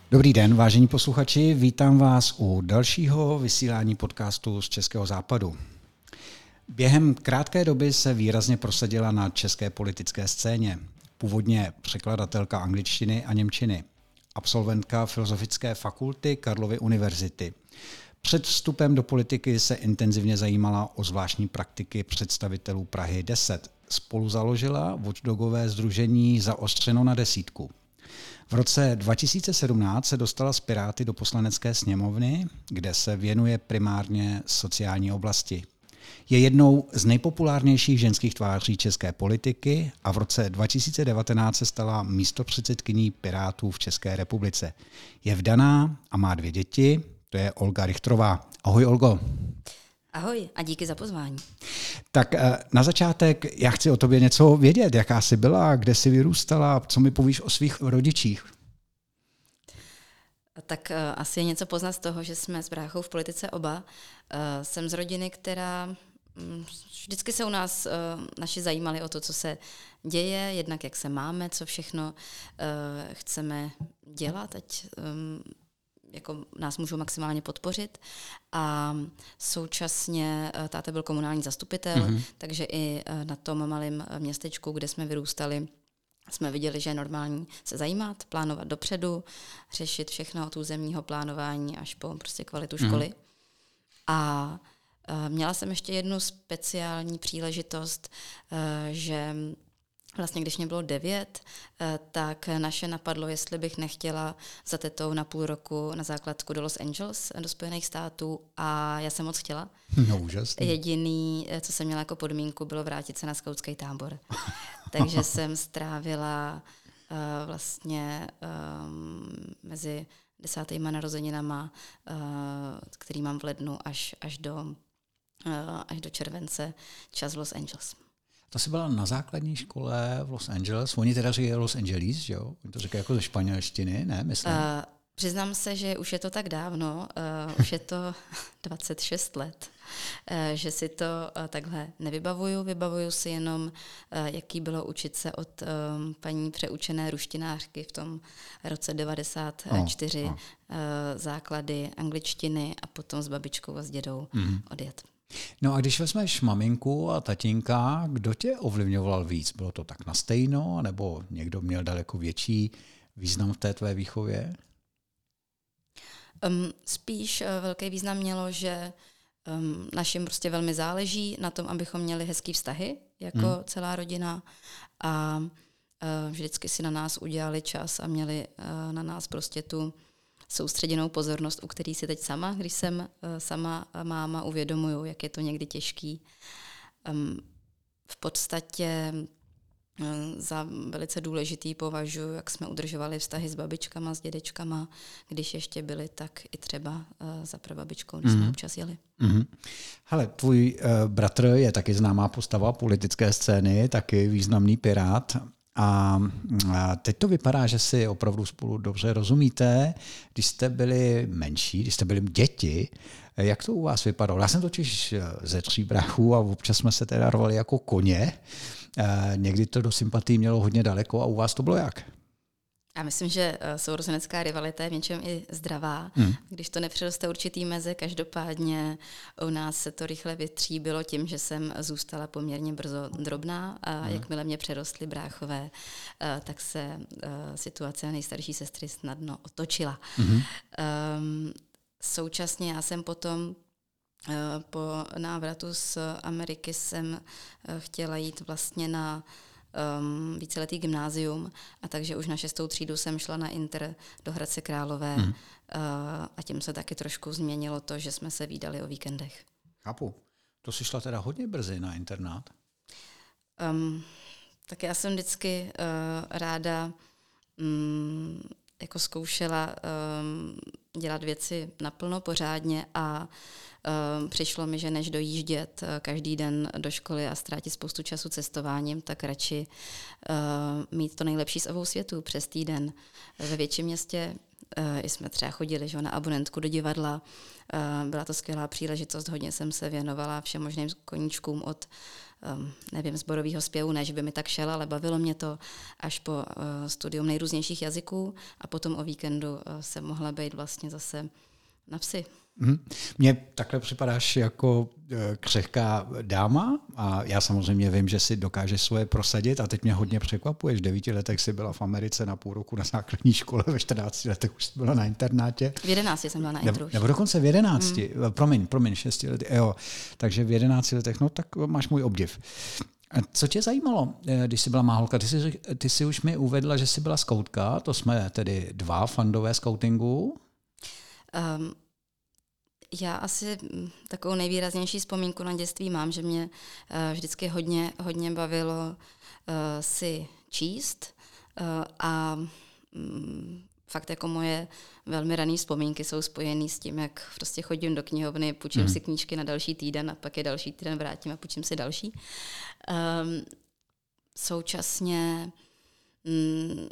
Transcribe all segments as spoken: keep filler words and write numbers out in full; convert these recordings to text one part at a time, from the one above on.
Dobrý den, vážení posluchači, vítám vás u dalšího vysílání podcastu z Českého západu. Během krátké doby se výrazně prosadila na české politické scéně. Původně překladatelka angličtiny a němčiny, absolventka Filozofické fakulty Karlovy univerzity. Před vstupem do politiky se intenzivně zajímala o zvláštní praktiky představitelů Prahy deset. Spolu založila watchdogové sdružení Zaostřeno na desítku. V roce dva tisíce sedmnáct se dostala z Piráty do Poslanecké sněmovny, kde se věnuje primárně sociální oblasti. Je jednou z nejpopulárnějších ženských tváří české politiky a v roce dva tisíce devatenáct se stala místopředsedkyní Pirátů v České republice. Je vdaná a má dvě děti, to je Olga Richtrová. Ahoj, Olgo. Ahoj a díky za pozvání. Tak na začátek já chci o tobě něco vědět. Jaká jsi byla, kde jsi vyrůstala, co mi povíš o svých rodičích? Tak uh, asi je něco poznat z toho, že jsme s bráchou v politice oba. Uh, jsem z rodiny, která um, vždycky se u nás uh, naši zajímali o to, co se děje, jednak jak se máme, co všechno uh, chceme dělat, ať um, jako nás můžou maximálně podpořit. A současně táta byl komunální zastupitel, mm-hmm. takže i na tom malém městečku, kde jsme vyrůstali, jsme viděli, že je normální se zajímat, plánovat dopředu, řešit všechno od územního plánování až po prostě kvalitu školy. Mm-hmm. A měla jsem ještě jednu speciální příležitost, že vlastně, když mě bylo devět, tak naše napadlo, jestli bych nechtěla za tetou na půl roku na základku do Los Angeles, do Spojených států, a já jsem moc chtěla. No, úžasný. Jediný, co jsem měla jako podmínku, bylo vrátit se na skautský tábor. Takže jsem strávila uh, vlastně um, mezi desátýma narozeninama, uh, který mám v lednu, až, až, do, uh, až do července, čas v Los Angeles. To jsi byla na základní škole v Los Angeles. Oni teda říkají Los Angeles, že jo? Oni to říkají jako ze španělštiny, ne? Myslím. Uh, přiznám se, že už je to tak dávno, uh, už je to dvacet šest let, uh, že si to uh, takhle nevybavuju. Vybavuju si jenom, uh, jaký bylo učit se od um, paní přeučené ruštinářky v tom roce devadesát čtyři oh, oh. Uh, základy angličtiny a potom s babičkou a s dědou mm. odjet. No a když vezmeš maminku a tatínka, kdo tě ovlivňoval víc? Bylo to tak na stejno, nebo někdo měl daleko větší význam v té tvé výchově? Um, spíš uh, velký význam mělo, že um, našim prostě velmi záleží na tom, abychom měli hezký vztahy jako hmm. celá rodina a uh, vždycky si na nás udělali čas a měli uh, na nás prostě tu soustředěnou pozornost, u který si teď sama, když jsem uh, sama máma, uvědomuju, jak je to někdy těžký. Um, v podstatě uh, za velice důležitý považuji, jak jsme udržovali vztahy s babičkama, s dědečkama, když ještě byli, tak i třeba uh, za prababičkou, když mm. jsme občas jeli. Mm-hmm. Hele, tvůj uh, bratr je taky známá postava politické scény, taky významný pirát. A teď to vypadá, že si opravdu spolu dobře rozumíte. Když jste byli menší, když jste byli děti, jak to u vás vypadalo? Já jsem totiž ze tří bráchů a občas jsme se teda rovali jako koně. Někdy to do sympatí mělo hodně daleko a u vás to bylo jak? Já myslím, že sourozenecká rivalita je v něčem i zdravá. Hmm. Když to nepřeroste určitý meze, každopádně u nás se to rychle vytříbilo tím, že jsem zůstala poměrně brzo drobná a hmm. jakmile mě přerostly bráchové, tak se situace nejstarší sestry snadno otočila. Hmm. Um, současně já jsem potom po návratu z Ameriky jsem chtěla jít vlastně na Um, víceletý gymnázium, a takže už na šestou třídu jsem šla na inter do Hradce Králové hmm. uh, a tím se taky trošku změnilo to, že jsme se vídali o víkendech. Chápu. To jsi šla teda hodně brzy na internát? Um, tak já jsem vždycky uh, ráda um, jako zkoušela um, dělat věci naplno, pořádně a um, přišlo mi, že než dojíždět uh, každý den do školy a ztrátit spoustu času cestováním, tak radši uh, mít to nejlepší z obou světů přes týden ve větším městě I jsme třeba chodili, že, na abonentku do divadla. Byla to skvělá příležitost, hodně jsem se věnovala všem možným koníčkům od um, nevím, sborového zpěvu, ne, že by mi tak šel, ale bavilo mě to až po uh, studium nejrůznějších jazyků a potom o víkendu uh, jsem mohla být vlastně zase na vsi. Mně takhle připadáš jako křehká dáma a já samozřejmě vím, že si dokážeš svoje prosadit a teď mě hodně překvapuješ. V devíti letech jsi byla v Americe na půl roku na základní škole, ve čtrnácti letech už jsi byla na internátě. V jedenácti jsem byla na intru. Nebo dokonce v jedenácti. Mm. Promiň, promiň, šesti lety. Jo. Takže v jedenácti letech, no tak máš můj obdiv. A co tě zajímalo, když jsi byla máholka? Ty jsi, ty jsi už mi uvedla, že jsi byla skautka, to jsme tedy dva fandové skautingu. Um, Já asi takovou nejvýraznější vzpomínku na dětství mám, že mě uh, vždycky hodně, hodně bavilo uh, si číst uh, a um, fakt jako moje velmi rané vzpomínky jsou spojené s tím, jak prostě chodím do knihovny, půjčím mm. si knížky na další týden a pak je další týden vrátím a půjčím si další. Um, současně um,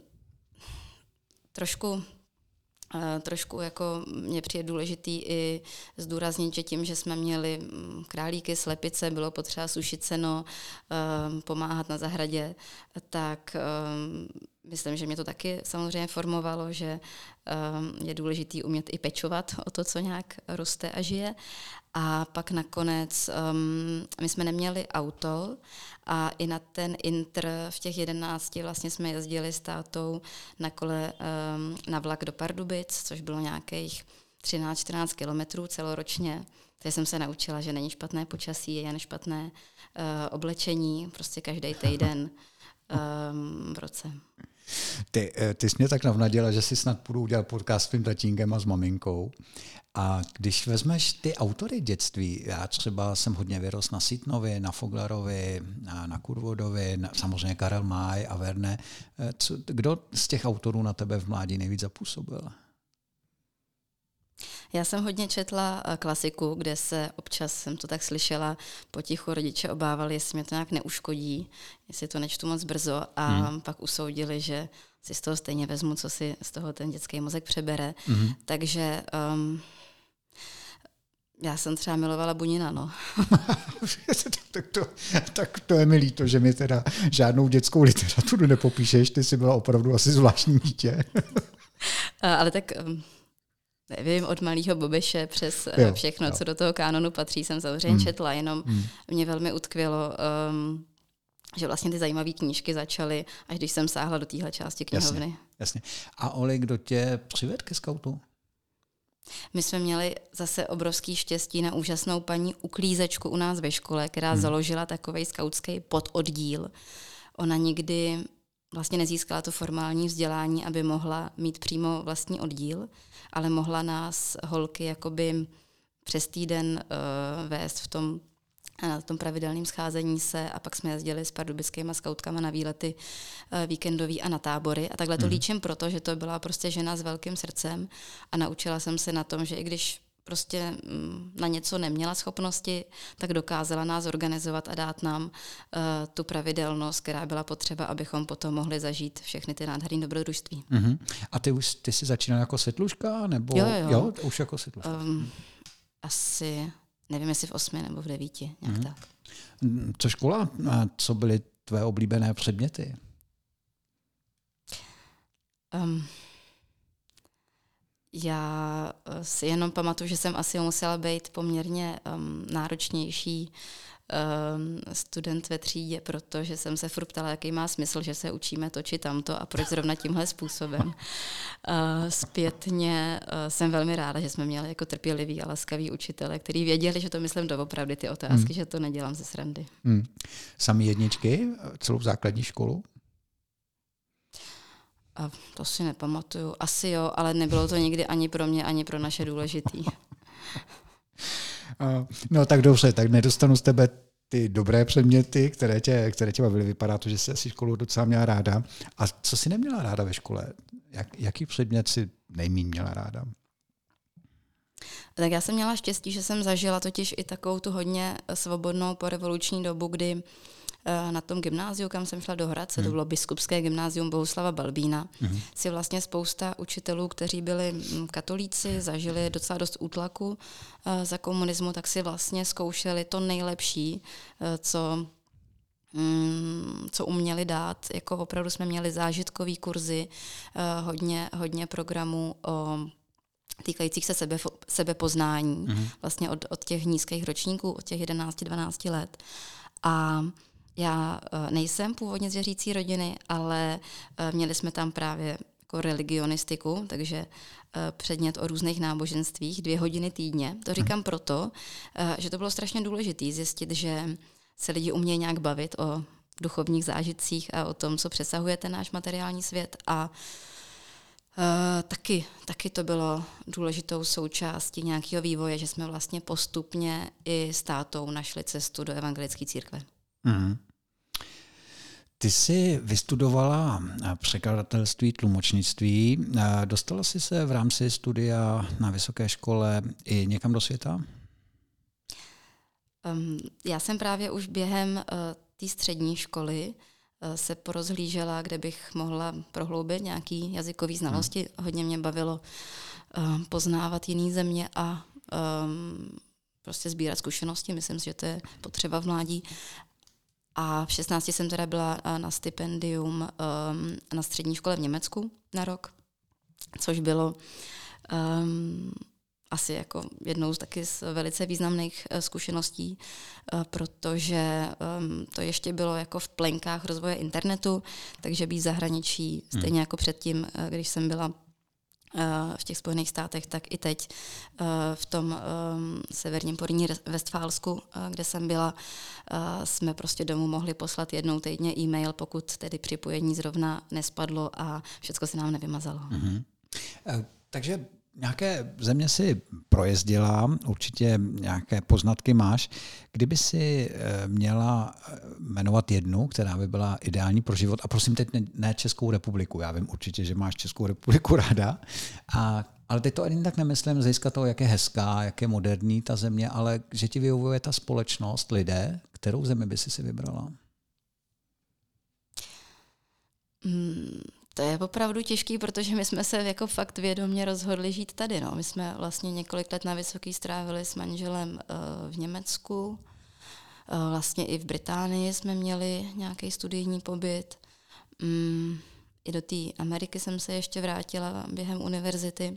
trošku Uh, trošku jako mě přijde důležitý i zdůraznit, že tím, že jsme měli králíky, slepice, bylo potřeba sušit seno, uh, pomáhat na zahradě, tak uh, myslím, že mě to taky samozřejmě formovalo, že uh, je důležitý umět i pečovat o to, co nějak roste a žije. A pak nakonec um, my jsme neměli auto a i na ten intr v těch jedenácti vlastně jsme jezdili s tátou na kole um, na vlak do Pardubic, což bylo nějakých třináct čtrnáct kilometrů celoročně. Takže jsem se naučila, že není špatné počasí, je jen špatné uh, oblečení, prostě každý týden um, v roce. Ty, ty jsi mě tak navnadila, že si snad půjdu udělat podcast s tvým tatínkem a s maminkou. A když vezmeš ty autory dětství, já třeba jsem hodně vyrost na Sitnovi, na Foglarovi, na, na Kurvodovi, na, samozřejmě Karel May a Verne. Co, kdo z těch autorů na tebe v mládí nejvíc zapůsobil? Já jsem hodně četla klasiku, kde se občas, jsem to tak slyšela, potichu rodiče obávali, jestli mě to nějak neuškodí, jestli to nečtu moc brzo a hmm. pak usoudili, že si z toho stejně vezmu, co si z toho ten dětský mozek přebere. Hmm. Takže um, já jsem třeba milovala Bunina, no. tak, to, tak to je mi líto, že mi teda žádnou dětskou literaturu nepopíšeš, ty jsi byla opravdu asi zvláštní dítě. Ale tak... Um, nevím, od malého Bobeše přes jo, všechno, jo. co do toho kánonu patří, jsem samozřejmě mm. četla, jenom mm. mě velmi utkvělo, um, že vlastně ty zajímavé knížky začaly, až když jsem sáhla do téhle části knihovny. Jasně, jasně. A Oli, kdo tě přivedl ke skautu? My jsme měli zase obrovský štěstí na úžasnou paní uklízečku u nás ve škole, která mm. založila takovej skautský pododdíl. Ona nikdy vlastně nezískala to formální vzdělání, aby mohla mít přímo vlastní oddíl, ale mohla nás holky jakoby přes týden uh, vést v tom, uh, v tom pravidelném scházení se a pak jsme jezdili s pardubickýma skautkama na výlety uh, víkendový a na tábory. A takhle to mm. líčím proto, že to byla prostě žena s velkým srdcem a naučila jsem se na tom, že i když prostě na něco neměla schopnosti, tak dokázala nás organizovat a dát nám uh, tu pravidelnost, která byla potřeba, abychom potom mohli zažít všechny ty nádherné dobrodružství. Uh-huh. A ty už ty jsi začínala jako světluška? Nebo jo, jo. jo, už jako světluška. Um, asi, nevím, jestli v osmi nebo v devíti, nějak uh-huh. tak. Co škola? A co byly tvé oblíbené předměty? Um, Já si jenom pamatuju, že jsem asi musela být poměrně um, náročnější um, student ve třídě, protože jsem se furt ptala, jaký má smysl, že se učíme to či tamto a proč zrovna tímhle způsobem. Uh, zpětně uh, jsem velmi ráda, že jsme měli jako trpělivý a laskavý učitele, který věděli, že to myslím doopravdy ty otázky, hmm. že to nedělám ze srandy. Hmm. Samý jedničky celou základní školu? A to si nepamatuju. Asi jo, ale nebylo to nikdy ani pro mě, ani pro naše důležitý. No tak dobře, tak nedostanu z tebe ty dobré předměty, které tě, které tě bavily. Vypadá to, že jsi asi školu docela měla ráda. A co jsi neměla ráda ve škole? Jak, jaký předmět jsi nejméně měla ráda? Tak já jsem měla štěstí, že jsem zažila totiž i takovou tu hodně svobodnou porevoluční dobu, kdy na tom gymnáziu, kam jsem šla do Hradce, hmm. to bylo Biskupské gymnázium Bohuslava Balbína, hmm. si vlastně spousta učitelů, kteří byli katolíci, zažili docela dost útlaku za komunismu, tak si vlastně zkoušeli to nejlepší, co co uměli dát. Jako opravdu jsme měli zážitkový kurzy, hodně, hodně programů o týkajících se sebe, sebepoznání, mm-hmm. vlastně od, od těch nízkých ročníků, od těch jedenáct dvanáct let. A já nejsem původně z věřící rodiny, ale měli jsme tam právě jako religionistiku, takže předmět o různých náboženstvích, dvě hodiny týdně. To říkám mm-hmm. proto, že to bylo strašně důležité zjistit, že se lidi umějí nějak bavit o duchovních zážitcích a o tom, co přesahuje ten náš materiální svět. A uh, taky, taky to bylo důležitou součástí nějakého vývoje, že jsme vlastně postupně i s tátou našli cestu do evangelické církve. Mm. Ty jsi vystudovala překladatelství, tlumočnictví. Dostala jsi se v rámci studia na vysoké škole i někam do světa? Um, já jsem právě už během uh, té střední školy uh, se porozhlížela, kde bych mohla prohloubit nějaké jazykové znalosti. Hmm. Hodně mě bavilo uh, poznávat jiné země a um, prostě sbírat zkušenosti. Myslím si, že to je potřeba v mládí. A v šestnácti jsem teda byla uh, na stipendium um, na střední škole v Německu na rok, což bylo Um, asi jako jednou z taky z velice významných zkušeností, protože to ještě bylo jako v plenkách rozvoje internetu, takže být v zahraničí, stejně hmm. jako předtím, když jsem byla v těch Spojených státech, tak i teď v tom severním Porýní Vestfálsku, kde jsem byla, jsme prostě domů mohli poslat jednou týdně e-mail, pokud tedy připojení zrovna nespadlo a všechno se nám nevymazalo. Hmm. Takže nějaké země si projezdila, určitě nějaké poznatky máš. Kdyby si měla jmenovat jednu, která by byla ideální pro život, a prosím teď ne Českou republiku, já vím určitě, že máš Českou republiku ráda, a, ale teď to ani tak nemyslím z hlediska toho, jak je hezká, jak je moderní ta země, ale že ti vyhovuje ta společnost, lidé, kterou zemi by si si vybrala? Hmm. To je opravdu těžký, protože my jsme se jako fakt vědomě rozhodli žít tady. No. My jsme vlastně několik let na vysoký strávili s manželem uh, v Německu. Uh, vlastně i v Británii jsme měli nějaký studijní pobyt. Um, I do té Ameriky jsem se ještě vrátila během univerzity.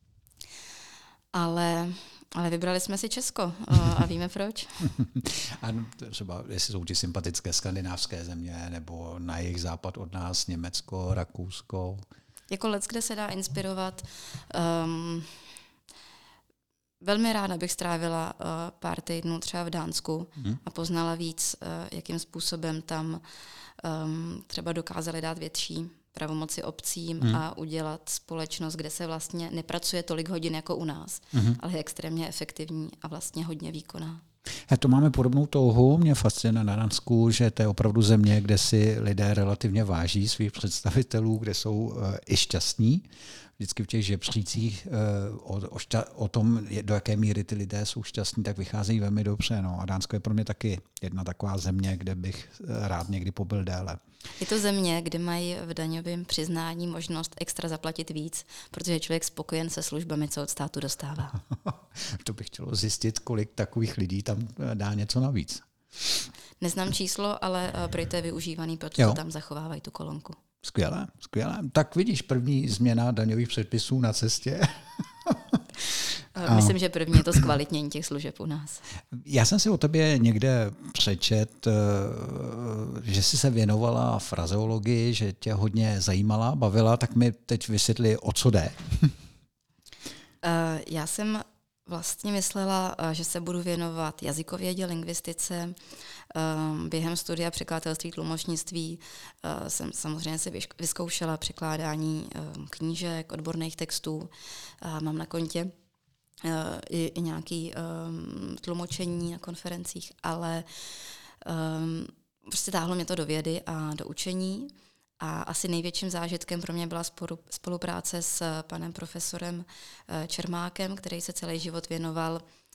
Ale... Ale vybrali jsme si Česko a víme proč. A třeba, jestli jsou ti sympatické skandinávské země, nebo na jejich západ od nás, Německo, Rakousko? Jako let, kde se dá inspirovat. Um, velmi ráda bych strávila uh, pár týdnů třeba v Dánsku hmm. a poznala víc, uh, jakým způsobem tam um, třeba dokázali dát větší pravomoci obcím hmm. a udělat společnost, kde se vlastně nepracuje tolik hodin jako u nás, hmm. ale je extrémně efektivní a vlastně hodně výkonná. A to máme podobnou touhu. Mě fascinuje na Dánsku, že to je opravdu země, kde si lidé relativně váží svých představitelů, kde jsou uh, i šťastní. Vždycky v těch žebřících uh, o, o, šťa- o tom, do jaké míry ty lidé jsou šťastní, tak vycházejí velmi dobře. No. A Dánsko je pro mě taky jedna taková země, kde bych rád někdy pobyl déle. Je to země, kde mají v daňovém přiznání možnost extra zaplatit víc, protože je člověk spokojen se službami, co od státu dostává. To bych chtělo zjistit, kolik takových lidí tam dá něco navíc. Neznám číslo, ale prý to je využívaný, protože jo. tam zachovávají tu kolonku. Skvělé, skvělé. Tak vidíš, první změna daňových předpisů na cestě. Myslím, že první je to zkvalitnění těch služeb u nás. Já jsem si o tobě někde přečet, že jsi se věnovala frazeologii, že tě hodně zajímala, bavila, tak mi teď vysvětli, o co jde. Já jsem vlastně myslela, že se budu věnovat jazykovědě, lingvistice. Během studia překladatelství, tlumočnictví jsem samozřejmě si vyzkoušela překládání knížek, odborných textů. Mám na kontě i, i nějaké um, tlumočení na konferencích, ale um, prostě táhlo mě to do vědy a do učení. A asi největším zážitkem pro mě byla spolupráce s panem profesorem Čermákem, který se celý život věnoval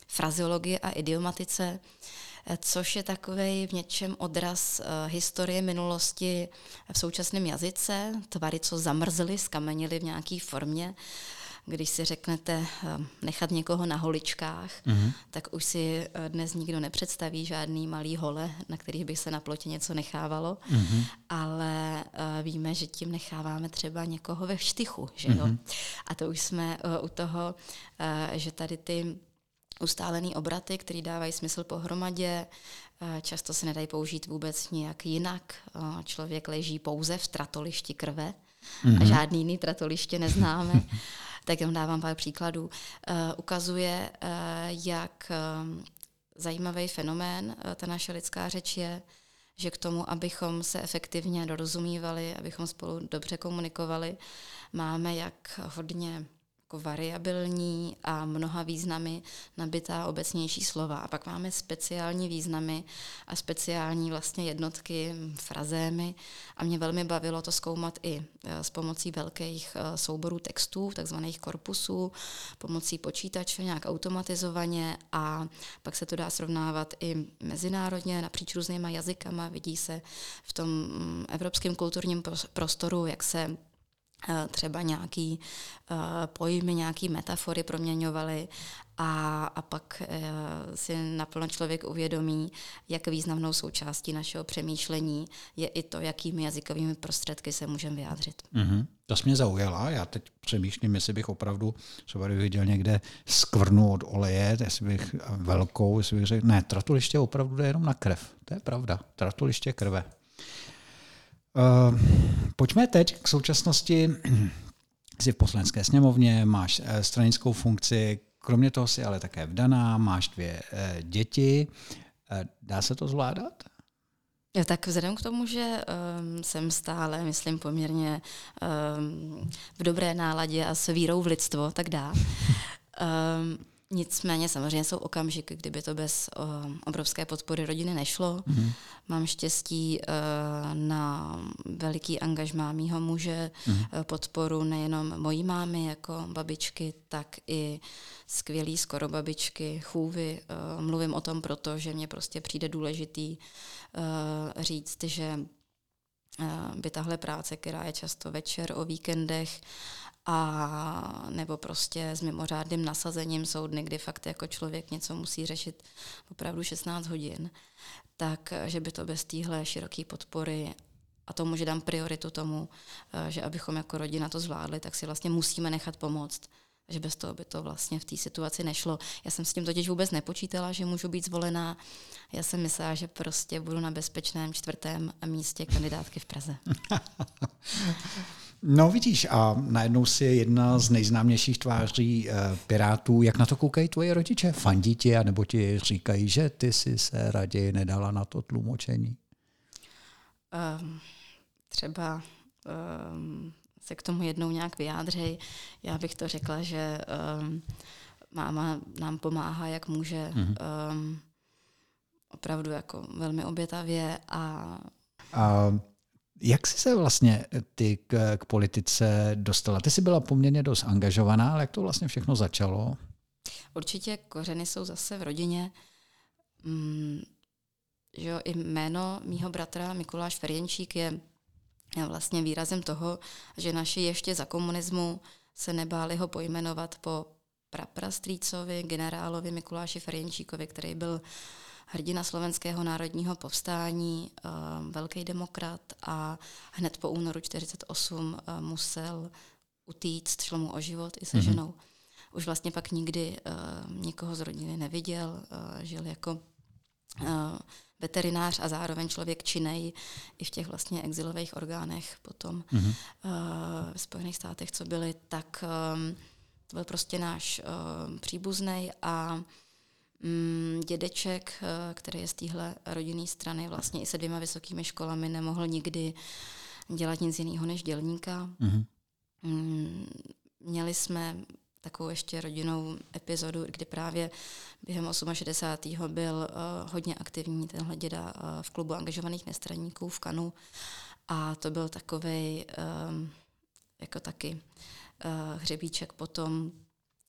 frazeologii a idiomatice, což je takovej v něčem odraz historie minulosti v současném jazyce, tvary, co zamrzly, skamenily v nějaké formě. Když si řeknete nechat někoho na holičkách, mm-hmm. tak už si dnes nikdo nepředstaví žádný malý hole, na kterých by se na plotě něco nechávalo, mm-hmm. ale víme, že tím necháváme třeba někoho ve štychu. Že jo? Mm-hmm. A to už jsme u toho, že tady ty ustálený obraty, které dávají smysl pohromadě, často se nedají použít vůbec nijak jinak. Člověk leží pouze v tratolišti krve mm-hmm. a žádný jiný tratoliště neznáme. Tak jenom dávám pár příkladů. Uh, ukazuje, uh, jak uh, zajímavý fenomén uh, ta naše lidská řeč je, že k tomu, abychom se efektivně dorozumívali, abychom spolu dobře komunikovali, máme jak hodně jako variabilní a mnoha významy nabitá obecnější slova. A pak máme speciální významy a speciální vlastně jednotky, frazémy. A mě velmi bavilo to zkoumat i s pomocí velkých souborů textů, takzvaných korpusů, pomocí počítače nějak automatizovaně, a pak se to dá srovnávat i mezinárodně napříč různýma jazykama. Vidí se v tom evropském kulturním prostoru, jak se třeba nějaký uh, pojmy, nějaký metafory proměňovaly a, a pak uh, si naplno člověk uvědomí, jak významnou součástí našeho přemýšlení je i to, jakými jazykovými prostředky se můžeme vyjádřit. Mm-hmm. To jsi mě zaujala. Já teď přemýšlím, jestli bych opravdu třeba viděl někde skvrnu od oleje, jestli bych velkou, jestli bych řekl, ne, tratoliště opravdu jde jenom na krev. To je pravda. Tratoliště krve. Uh, pojďme teď k současnosti. Jsi v Poslanecké sněmovně, máš uh, stranickou funkci, kromě toho jsi ale také vdaná, máš dvě uh, děti. Uh, dá se to zvládat? Jo, tak vzhledem k tomu, že um, jsem stále, myslím, poměrně um, v dobré náladě a s vírou v lidstvo, tak dá. Um, Nicméně samozřejmě jsou okamžiky, kdyby to bez uh, obrovské podpory rodiny nešlo. Mm-hmm. Mám štěstí uh, na veliký angažmá mýho muže, mm-hmm. uh, podporu nejenom mojí mámy jako babičky, tak i skvělý skoro babičky, chůvy. Uh, mluvím o tom proto, že mně prostě přijde důležitý uh, říct, že uh, by tahle práce, která je často večer o víkendech, a nebo prostě s mimořádným nasazením jsou dny, kdy fakt jako člověk něco musí řešit opravdu šestnáct hodin, tak že by to bez téhle široké podpory a tomu, že dám prioritu tomu, že abychom jako rodina to zvládli, tak si vlastně musíme nechat pomoct. Že bez toho by to vlastně v té situaci nešlo. Já jsem s tím totiž vůbec nepočítala, že můžu být zvolená. Já jsem myslela, že prostě budu na bezpečném čtvrtém místě kandidátky v Praze. No vidíš, a najednou si jedna z nejznámějších tváří e, Pirátů. Jak na to koukají tvoji rodiče? Fandí ti, anebo ti říkají, že ty si se raději nedala na to tlumočení? Um, třeba um, se k tomu jednou nějak vyjádřej. Já bych to řekla, že um, máma nám pomáhá, jak může, mm-hmm. um, opravdu jako velmi obětavě. A... a jak jsi se vlastně ty k, k politice dostala? Ty jsi byla poměrně dost angažovaná, ale jak to vlastně všechno začalo? Určitě kořeny jsou zase v rodině. Mm, že jo, i jméno mýho bratra Mikuláš Ferjenčík je vlastně výrazem toho, že naši ještě za komunismu se nebáli ho pojmenovat po praprastrýcovi, generálovi Mikuláši Ferjenčíkovi, který byl hrdina slovenského národního povstání, uh, velký demokrat, a hned po únoru čtyřicet osm uh, musel utíct, šlo mu o život i se mm-hmm. ženou. Už vlastně pak nikdy uh, nikoho z rodiny neviděl, uh, žil jako uh, veterinář a zároveň člověk činnej i v těch vlastně exilových orgánech potom mm-hmm. uh, v Spojených státech, co byly, tak um, to byl prostě náš uh, příbuznej a um, dědeček, uh, který je z téhle rodinné strany, vlastně i se dvěma vysokými školami, nemohl nikdy dělat nic jiného než dělníka. Mm-hmm. Um, měli jsme takovou ještě rodinnou epizodu, kdy právě během šedesátého osmého byl uh, hodně aktivní tenhle děda uh, v klubu angažovaných nestraníků v Kanu, a to byl takovej um, jako taky uh, hřebíček potom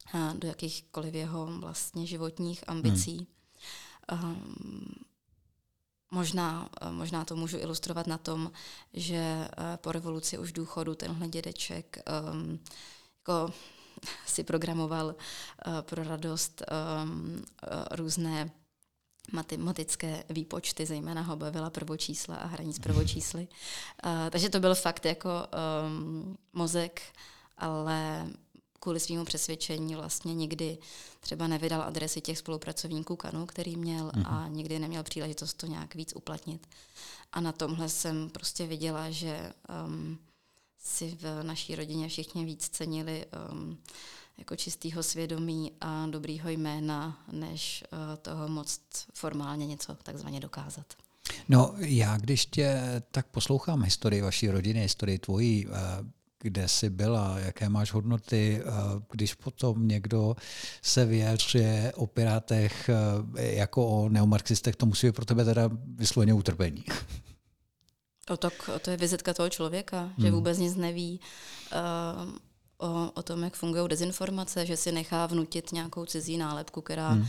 do jakýchkoliv jeho vlastně životních ambicí. Hmm. Um, možná, možná to můžu ilustrovat na tom, že po revoluci už důchodu tenhle dědeček um, jako si programoval uh, pro radost um, uh, různé matematické výpočty, zejména ho bavila prvočísla a hraní s prvočísly. Uh, takže to byl fakt jako um, mozek, ale kvůli svýmu přesvědčení vlastně nikdy třeba nevydal adresy těch spolupracovníků KANu, který měl mm-hmm. a nikdy neměl příležitost to nějak víc uplatnit. A na tomhle jsem prostě viděla, že um, si v naší rodině všichni víc cenili um, jako čistýho svědomí a dobrýho jména, než uh, toho moc formálně něco takzvaně dokázat. No já, když tě tak poslouchám historii vaší rodiny, historii tvojí, kde jsi byla, jaké máš hodnoty, když potom někdo se vyjadřuje o Pirátech jako o neomarxistech, to musí být pro tebe teda vysloveně utrpení. O to, to je vizitka toho člověka, hmm. že vůbec nic neví uh, o, o tom, jak fungují dezinformace, že si nechá vnutit nějakou cizí nálepku, která hmm.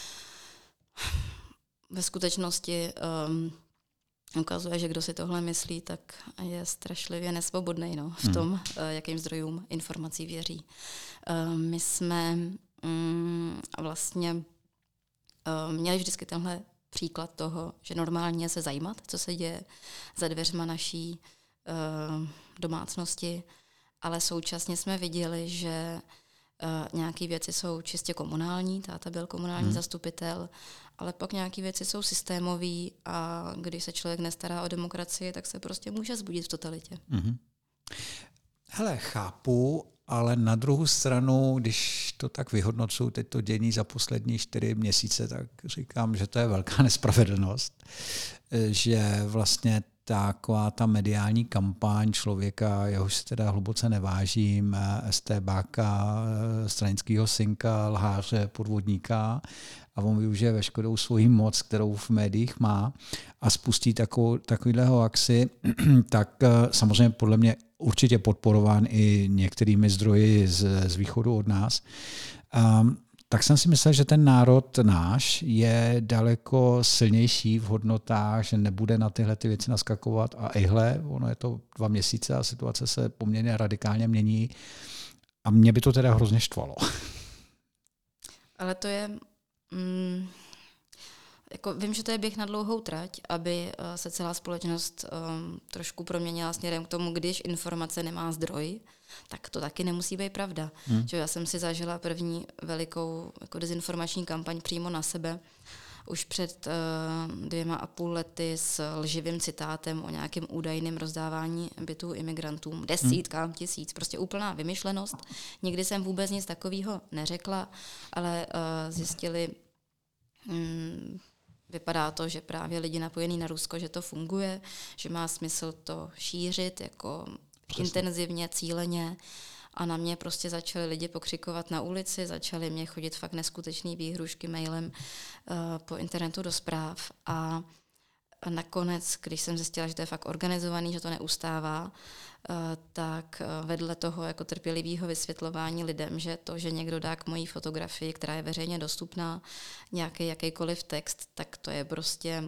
ve skutečnosti um, ukazuje, že kdo si tohle myslí, tak je strašlivě nesvobodný no, v tom, hmm. jakým zdrojům informací věří. My jsme mm, vlastně měli vždycky tenhle příklad toho, že normálně je se zajímat, co se děje za dveřma naší domácnosti, ale současně jsme viděli, že nějaké věci jsou čistě komunální, táta byl komunální hmm. zastupitel, ale pak nějaké věci jsou systémové a když se člověk nestará o demokracii, tak se prostě může zbudit v totalitě. Mm-hmm. Hele, chápu, ale na druhou stranu, když to tak vyhodnocuju, teď to dění za poslední čtyři měsíce, tak říkám, že to je velká nespravedlnost, že vlastně taková ta mediální kampaň člověka, jehož si teda hluboce nevážím, estébáka, stranického synka, lháře, podvodníka, a on využije veškerou svoji moc, kterou v médiích má a spustí takovou, takovýhleho akci, tak samozřejmě podle mě určitě podporován i některými zdroji z, z východu od nás. Um, tak jsem si myslel, že ten národ náš je daleko silnější v hodnotách, že nebude na tyhle ty věci naskakovat a ihle, ono je to dva měsíce a situace se poměrně radikálně mění a mě by to teda hrozně štvalo. Ale to je... Mm, jako vím, že to je běh na dlouhou trať, aby uh, se celá společnost um, trošku proměnila směrem k tomu, když informace nemá zdroj, tak to taky nemusí být pravda. Hmm. Že já jsem si zažila první velikou jako dezinformační kampaň přímo na sebe už před uh, dvěma a půl lety s lživým citátem o nějakém údajném rozdávání bytů imigrantům. Desítkám tisíc, prostě úplná vymyšlenost. Nikdy jsem vůbec nic takového neřekla, ale uh, zjistili, um, vypadá to, že právě lidi napojení na Rusko, že to funguje, že má smysl to šířit jako Přesně. intenzivně, cíleně. A na mě prostě začali lidi pokřikovat na ulici, začali mě chodit fakt neskutečný výhrušky mailem uh, po internetu do zpráv. A nakonec, když jsem zjistila, že to je fakt organizovaný, že to neustává, uh, tak uh, vedle toho jako trpělivého vysvětlování lidem, že to, že někdo dá k mojí fotografii, která je veřejně dostupná, nějaký jakýkoliv text, tak to je prostě...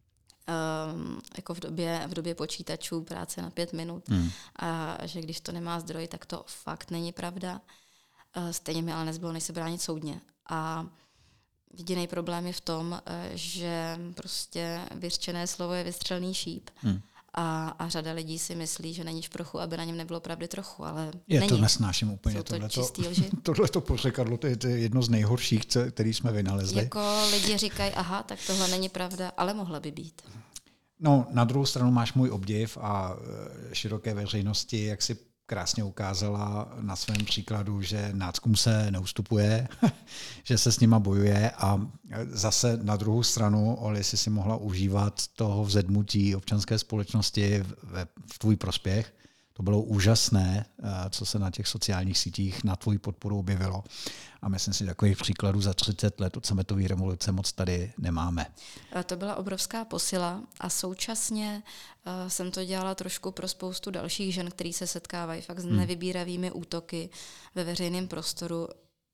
Um, jako v době, v době počítačů práce na pět minut hmm. a že když to nemá zdroj, tak to fakt není pravda. Uh, stejně mi ale nezbylo, než se bránit soudně. A jediný problém je v tom, uh, že prostě vyřčené slovo je vystřelný šíp. Hmm. A, a řada lidí si myslí, že není šprochu, aby na něm nebylo pravdy trochu, ale je není. To nesnáším úplně. Jsou to tohleto, čistý lži. Tohleto pořekadlo, to je, to je jedno z nejhorších, který jsme vynalezli. Jako lidi říkají, aha, tak tohle není pravda, ale mohla by být. No, na druhou stranu máš můj obdiv a široké veřejnosti, jak si krásně ukázala na svém příkladu, že náckům se neustupuje, že se s nima bojuje a zase na druhou stranu, Oli, si si mohla užívat toho vzedmutí občanské společnosti v, v tvůj prospěch. To bylo úžasné, co se na těch sociálních sítích na tvoji podporu objevilo. A myslím si, takových příkladů za třicet let od sametové revoluce moc tady nemáme. To byla obrovská posila a současně uh, jsem to dělala trošku pro spoustu dalších žen, který se setkávají fakt s hmm. nevybíravými útoky ve veřejném prostoru.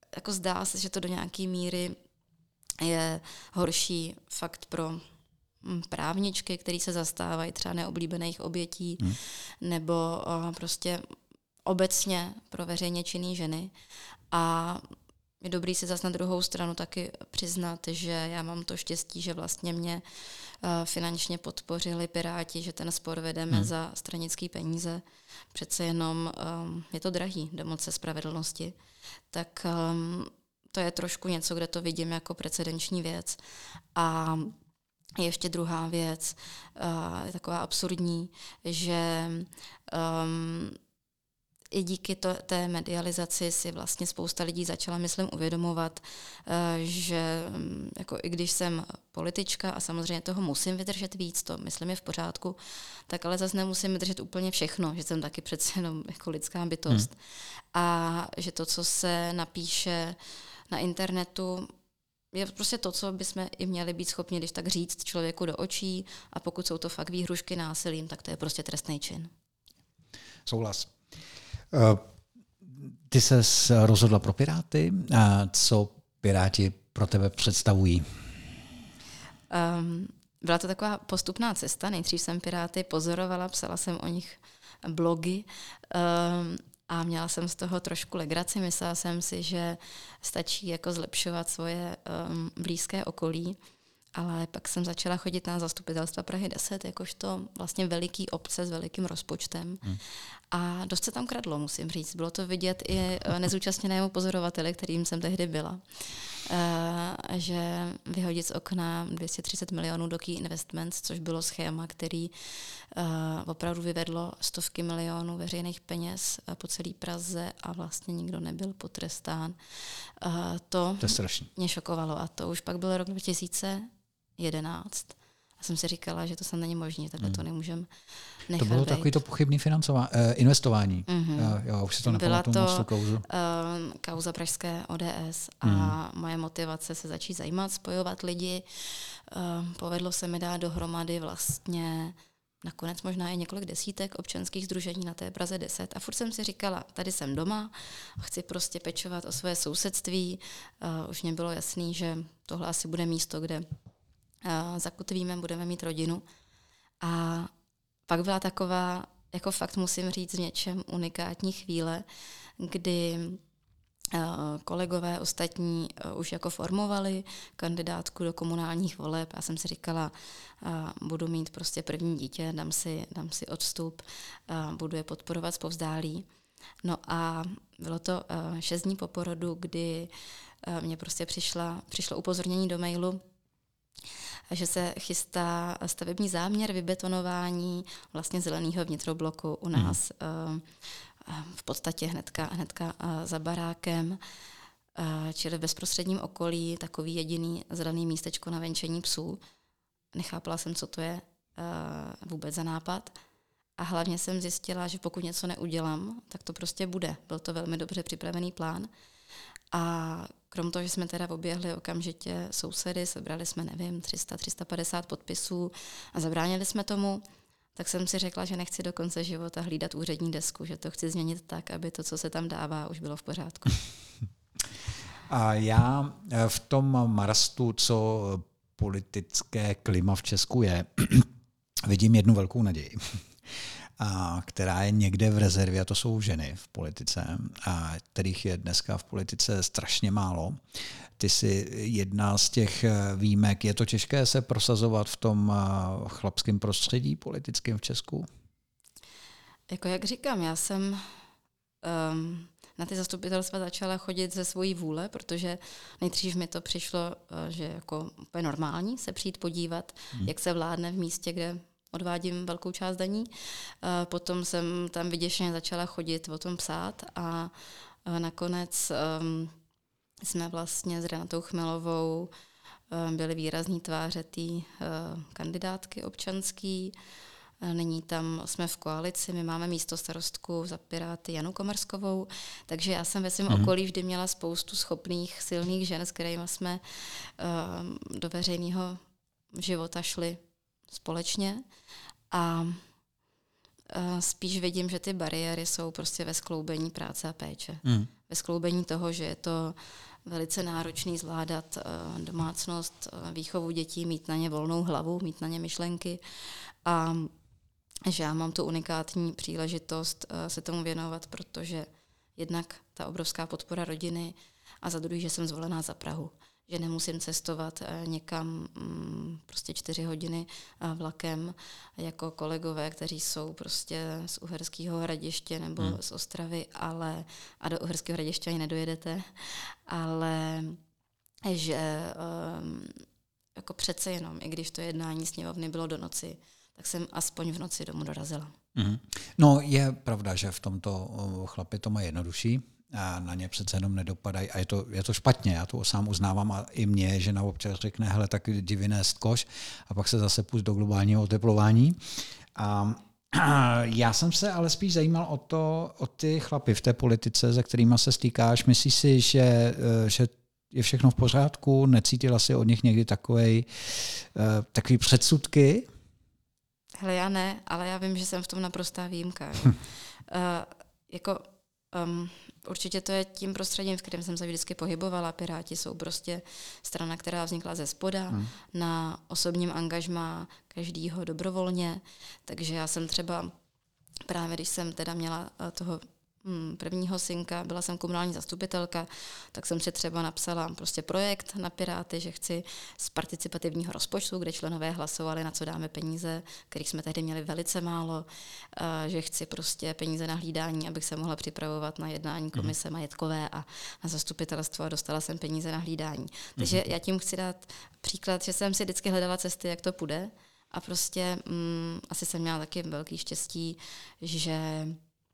jako zdá se, že to do nějaké míry je horší fakt pro právničky, které se zastávají třeba neoblíbených obětí, hmm. nebo o, prostě obecně pro veřejně činné ženy. A je dobrý si zase na druhou stranu taky přiznat, že já mám to štěstí, že vlastně mě uh, finančně podpořili Piráti, že ten spor vedeme hmm. za stranický peníze. Přece jenom um, je to drahý domoct se spravedlnosti. Tak um, to je trošku něco, kde to vidím jako precedenční věc. A ještě druhá věc, uh, je taková absurdní, že um, i díky to, té medializaci si vlastně spousta lidí začala, myslím, uvědomovat, že jako i když jsem politička a samozřejmě toho musím vydržet víc, to myslím je v pořádku, tak ale zase nemusím vydržet úplně všechno, že jsem taky přece jenom jako lidská bytost. Hmm. A že to, co se napíše na internetu, je prostě to, co bychom i měli být schopni, když tak říct člověku do očí, a pokud jsou to fakt výhrušky násilím, tak to je prostě trestný čin. Souhlas. Ty ses rozhodla pro Piráty. A co Piráti pro tebe představují? Um, byla to taková postupná cesta. Nejdřív jsem Piráty pozorovala, psala jsem o nich blogy um, a měla jsem z toho trošku legraci. Myslela jsem si, že stačí jako zlepšovat svoje um, blízké okolí. Ale pak jsem začala chodit na zastupitelstva Prahy deset, jakožto vlastně veliký obce s velikým rozpočtem. Hmm. A dost se tam kradlo, musím říct. Bylo to vidět i nezúčastněnému pozorovateli, kterým jsem tehdy byla. E, že vyhodit z okna dvě stě třicet milionů do Key Investments, což bylo schéma, který e, opravdu vyvedlo stovky milionů veřejných peněz po celé Praze a vlastně nikdo nebyl potrestán. E, to, to mě šokovalo. A to už pak byl rok dva tisíce jedenáct. A jsem si říkala, že to snad není možné, takhle hmm. to nemůžeme nechat. To bylo být. Takový to pochybný financování, eh, investování. Mm-hmm. Jo, už si to nepamatuju moc tu kauzu. Uh, kauza pražské O D S a mm. moje motivace se začít zajímat, spojovat lidi. Uh, povedlo se mi dát dohromady vlastně nakonec možná i několik desítek občanských sdružení na té Praze deset. A furt jsem si říkala, tady jsem doma, chci prostě pečovat o své sousedství. Uh, už mě bylo jasný, že tohle asi bude místo, kde uh, zakotvíme, budeme mít rodinu. A pak byla taková, jako fakt musím říct, v něčem unikátní chvíle, kdy uh, kolegové ostatní uh, už jako formovali kandidátku do komunálních voleb. Já jsem si říkala, uh, budu mít prostě první dítě, dám si, dám si odstup, uh, budu je podporovat zpovzdálí. No a bylo to uh, šest dní po porodu, kdy uh, mě prostě přišla, přišlo upozornění do mailu, že se chystá stavební záměr vybetonování vlastně zeleného vnitrobloku u nás mm. v podstatě hnedka, hnedka za barákem, čili v bezprostředním okolí takový jediný zelený místečko na venčení psů. Nechápala jsem, co to je vůbec za nápad. A hlavně jsem zjistila, že pokud něco neudělám, tak to prostě bude. Byl to velmi dobře připravený plán. A krom toho, že jsme teda oběhli okamžitě sousedy, sebrali jsme, nevím, tři sta, tři sta padesát podpisů a zabránili jsme tomu, tak jsem si řekla, že nechci do konce života hlídat úřední desku, že to chci změnit tak, aby to, co se tam dává, už bylo v pořádku. A já v tom marastu, co politické klima v Česku je, vidím jednu velkou naději, a která je někde v rezervě, a to jsou ženy v politice, a kterých je dneska v politice strašně málo. Ty jsi jedna z těch výjimek. Je to těžké se prosazovat v tom chlapském prostředí politickém v Česku? Jako jak říkám, já jsem um, na ty zastupitelstva začala chodit ze svojí vůle, protože nejdřív mi to přišlo, že jako úplně normální se přijít podívat, hmm. jak se vládne v místě, kde odvádím velkou část daní. Potom jsem tam vyděšeně začala chodit, o tom psát a nakonec um, jsme vlastně s Renatou Chmelovou um, byli výrazní tváře té uh, kandidátky občanský. Nyní tam jsme v koalici, my máme místostarostku za Piráty Janu Komarskovou, takže já jsem ve svém mm. okolí vždy měla spoustu schopných, silných žen, s kterými jsme um, do veřejného života šli společně a uh, spíš vidím, že ty bariéry jsou prostě ve skloubení práce a péče. Mm. ve skloubení toho, že je to velice náročný zvládat domácnost, výchovu dětí, mít na ně volnou hlavu, mít na ně myšlenky a že já mám tu unikátní příležitost se tomu věnovat, protože jednak ta obrovská podpora rodiny a za druhé, že jsem zvolená za Prahu. Že nemusím cestovat někam prostě čtyři hodiny vlakem jako kolegové, kteří jsou prostě z Uherského Hradiště nebo hmm. z Ostravy, ale a do Uherského Hradiště ani nedojedete, ale že um, jako přece jenom, i když to jednání sněmovny bylo do noci, tak jsem aspoň v noci domů dorazila. Hmm. No je pravda, že v tomto chlapi to má jednodušší. A na ně přece jenom nedopadají. A je to, je to špatně, já to sám uznávám a i mě, žena občas řekne, hele, tak jdi vynést koš a pak se zase pust do globálního oteplování. A, a já jsem se ale spíš zajímal o to, o ty chlapy v té politice, se kterými se stýkáš. Myslíš si, že, že je všechno v pořádku? Necítila si od nich někdy takovej, takový předsudky? Hele, já ne, ale já vím, že jsem v tom naprostá výjimka. uh, jako... Um, Určitě to je tím prostředím, v kterém jsem se vždycky pohybovala. Piráti jsou prostě strana, která vznikla ze spoda, hmm. na osobním angažmá každýho dobrovolně. Takže já jsem třeba, právě když jsem teda měla toho prvního synka, byla jsem komunální zastupitelka, tak jsem si třeba napsala prostě projekt na Piráty, že chci z participativního rozpočtu, kde členové hlasovali, na co dáme peníze, kterých jsme tehdy měli velice málo, že chci prostě peníze na hlídání, abych se mohla připravovat na jednání komise majetkové a na zastupitelstvo a dostala jsem peníze na hlídání. Takže já tím chci dát příklad, že jsem si vždycky hledala cesty, jak to půjde a prostě mm, asi jsem měla taky velký štěstí, že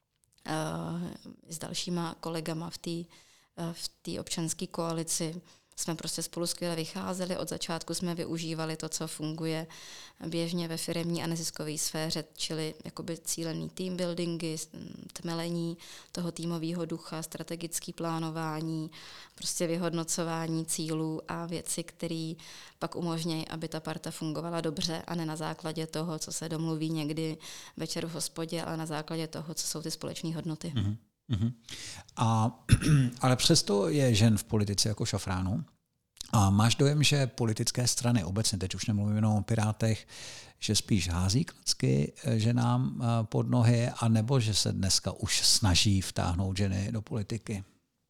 Uh, s dalšíma kolegama v té uh, v té občanské koalici jsme prostě spolu skvěle vycházeli. Od začátku jsme využívali to, co funguje běžně ve firemní a neziskové sféře, čili jakoby cílený team buildingy, tmelení toho týmového ducha, strategické plánování, prostě vyhodnocování cílů a věci, které pak umožňují, aby ta parta fungovala dobře a ne na základě toho, co se domluví někdy večer v hospodě, ale na základě toho, co jsou ty společné hodnoty. Mm-hmm. Uhum. A, ale přesto je žen v politice jako šafránu. A máš dojem, že politické strany obecně, teď už nemluvím jenom o Pirátech, že spíš hází klacky ženám pod nohy, anebo že se dneska už snaží vtáhnout ženy do politiky?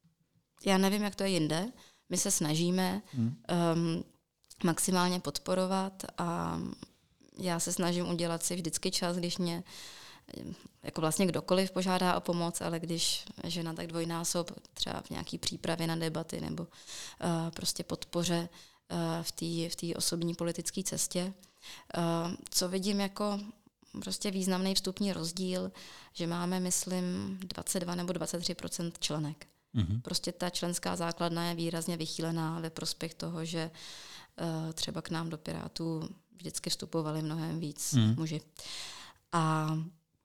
Já nevím, jak to je jinde. My se snažíme hmm. um, maximálně podporovat a já se snažím udělat si vždycky čas, když mě jako vlastně kdokoliv požádá o pomoc, ale když žena tak dvojnásob třeba v nějaký přípravě na debaty nebo uh, prostě podpoře uh, v té v té osobní politické cestě. Uh, co vidím jako prostě významný vstupní rozdíl, že máme, myslím, dvacet dva nebo dvacet tři procent členek. Mm-hmm. Prostě ta členská základna je výrazně vychýlená ve prospěch toho, že uh, třeba k nám do Pirátů vždycky vstupovali mnohem víc mm. muži. A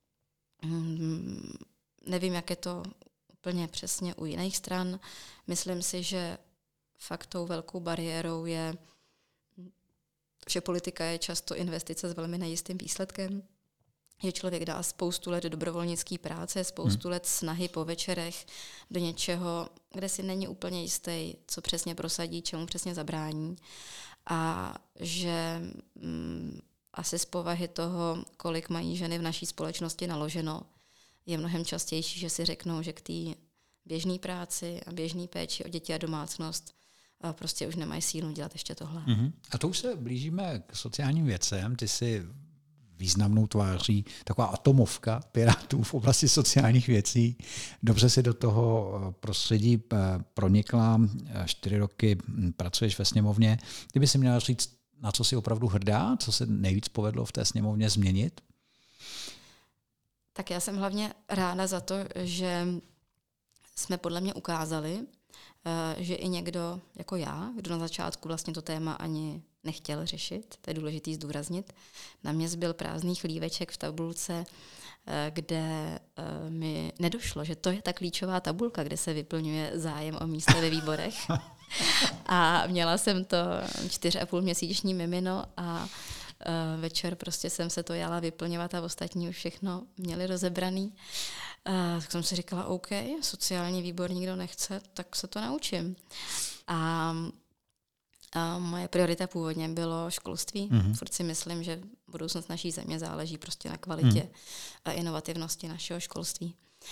nevím, jak je to úplně přesně u jiných stran. Myslím si, že fakt tou velkou bariérou je, že politika je často investice s velmi nejistým výsledkem, že člověk dá spoustu let dobrovolnické práce, spoustu hmm. let snahy po večerech do něčeho, kde si není úplně jistý, co přesně prosadí, čemu přesně zabrání. A že mm, asi z povahy toho, kolik mají ženy v naší společnosti naloženo, je mnohem častější, že si řeknou, že k té běžné práci a běžné péči o děti a domácnost a prostě už nemají sílu dělat ještě tohle. Mm-hmm. A to už se blížíme k sociálním věcem. Ty jsi významnou tváří, taková atomovka Pirátů v oblasti sociálních věcí. Dobře si do toho prostředí pronikla, čtyři roky pracuješ ve sněmovně. Kdyby si měla říct, na co jsi opravdu hrdá, co se nejvíc povedlo v té sněmovně změnit? Tak já jsem hlavně ráda za to, že jsme podle mě ukázali, že i někdo jako já, kdo na začátku vlastně to téma ani nechtěl řešit, to je důležitý zdůraznit, na mě zbyl prázdný chlíveček v tabulce, kde mi nedošlo, že to je ta klíčová tabulka, kde se vyplňuje zájem o místo ve výborech. A měla jsem to čtyř a půl měsíční mimino a večer prostě jsem se to jala vyplňovat a ostatní už všechno měli rozebraný. Uh, tak jsem si říkala, OK, sociální výbor nikdo nechce, tak se to naučím. A, a moje priorita původně bylo školství. Mm-hmm. Furt si myslím, že budoucnost naší země záleží prostě na kvalitě mm. a inovativnosti našeho školství.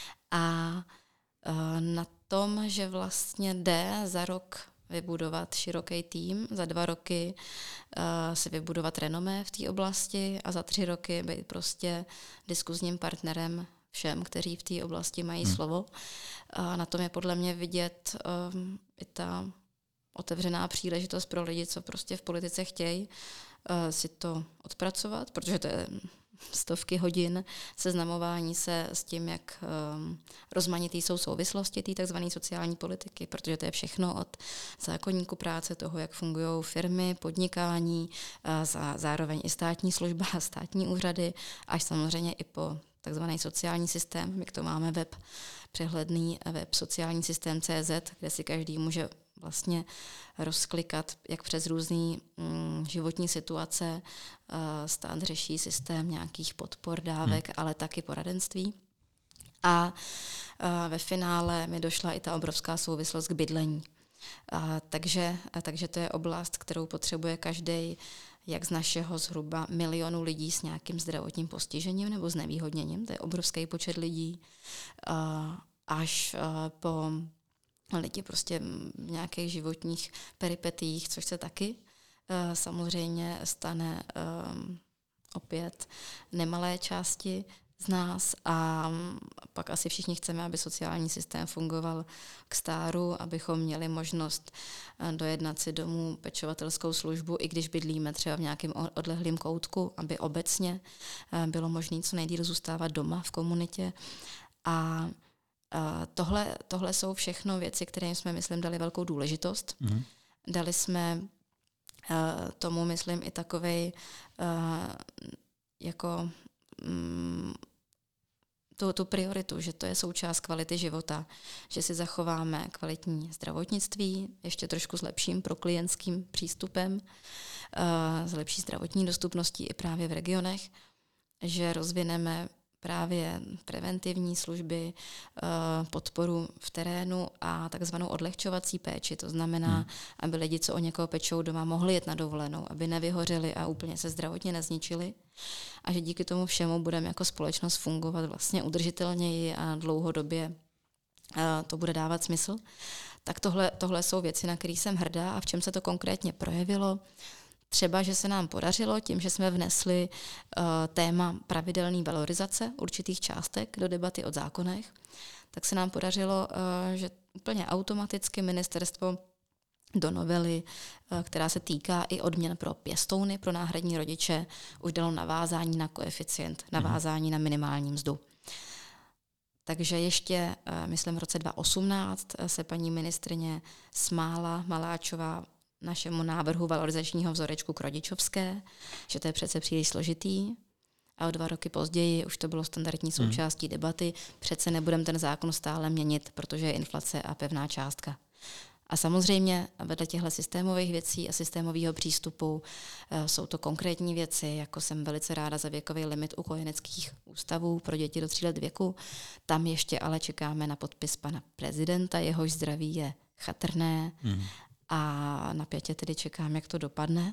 A uh, na tom, že vlastně jde za rok vybudovat široký tým, za dva roky uh, si vybudovat renomé v té oblasti a za tři roky být prostě diskuzním partnerem všem, kteří v té oblasti mají hmm. slovo. A na tom je podle mě vidět um, i ta otevřená příležitost pro lidi, co prostě v politice chtějí uh, si to odpracovat, protože to je stovky hodin seznamování se s tím, jak um, rozmanitý jsou souvislosti té tzv. Sociální politiky, protože to je všechno od zákoníku práce, toho, jak fungují firmy, podnikání, a za, zároveň i státní služba a státní úřady, až samozřejmě i po takzvaný sociální systém. My k tomu máme web přehledný, web sociální systém tečka cé zet, kde si každý může vlastně rozklikat, jak přes různý mm, životní situace uh, stát řeší systém nějakých podpor, dávek, hmm. ale taky poradenství. A uh, ve finále mi došla i ta obrovská souvislost k bydlení. Uh, takže, uh, takže to je oblast, kterou potřebuje každý, jak z našeho zhruba milionu lidí s nějakým zdravotním postižením nebo znevýhodněním, to je obrovský počet lidí, uh, až uh, po lidi prostě v nějakých životních peripetích, což se taky uh, samozřejmě stane um, opět nemalé části z nás a pak asi všichni chceme, aby sociální systém fungoval k stáru, abychom měli možnost dojednat si domů pečovatelskou službu, i když bydlíme třeba v nějakém odlehlém koutku, aby obecně bylo možné co nejdýl zůstávat doma v komunitě. A tohle, tohle jsou všechno věci, které jsme, myslím, dali velkou důležitost. Mm. Dali jsme tomu, myslím, i takovej jako tu, tu prioritu, že to je součást kvality života, že si zachováme kvalitní zdravotnictví, ještě trošku s lepším proklientským přístupem, s lepší zdravotní dostupností i právě v regionech, že rozvineme právě preventivní služby, podporu v terénu a takzvanou odlehčovací péči. To znamená, hmm. aby lidi, co o někoho pečou doma, mohli jet na dovolenou, aby nevyhořeli a úplně se zdravotně nezničili. A že díky tomu všemu budeme jako společnost fungovat vlastně udržitelněji a dlouhodobě to bude dávat smysl. Tak tohle, tohle jsou věci, na které jsem hrdá a v čem se to konkrétně projevilo. Třeba, že se nám podařilo tím, že jsme vnesli uh, téma pravidelné valorizace určitých částek do debaty o zákonech, tak se nám podařilo, uh, že úplně automaticky ministerstvo do novely, uh, která se týká i odměn pro pěstouny, pro náhradní rodiče, už dalo navázání na koeficient, navázání na minimální mzdu. Takže ještě, uh, myslím, v roce dva tisíce osmnáct se paní ministryně smála Maláčová našemu návrhu valorizačního vzorečku k rodičovské, že to je přece příliš složitý. A o dva roky později už to bylo standardní součástí hmm. debaty. Přece nebudeme ten zákon stále měnit, protože je inflace a pevná částka. A samozřejmě vedle těchto systémových věcí a systémového přístupu e, jsou to konkrétní věci, jako jsem velice ráda za věkový limit u kojeneckých ústavů pro děti do tří let věku. Tam ještě ale čekáme na podpis pana prezidenta, jehož zdraví je chatrné. Hmm. A napětě tedy čekám, jak to dopadne.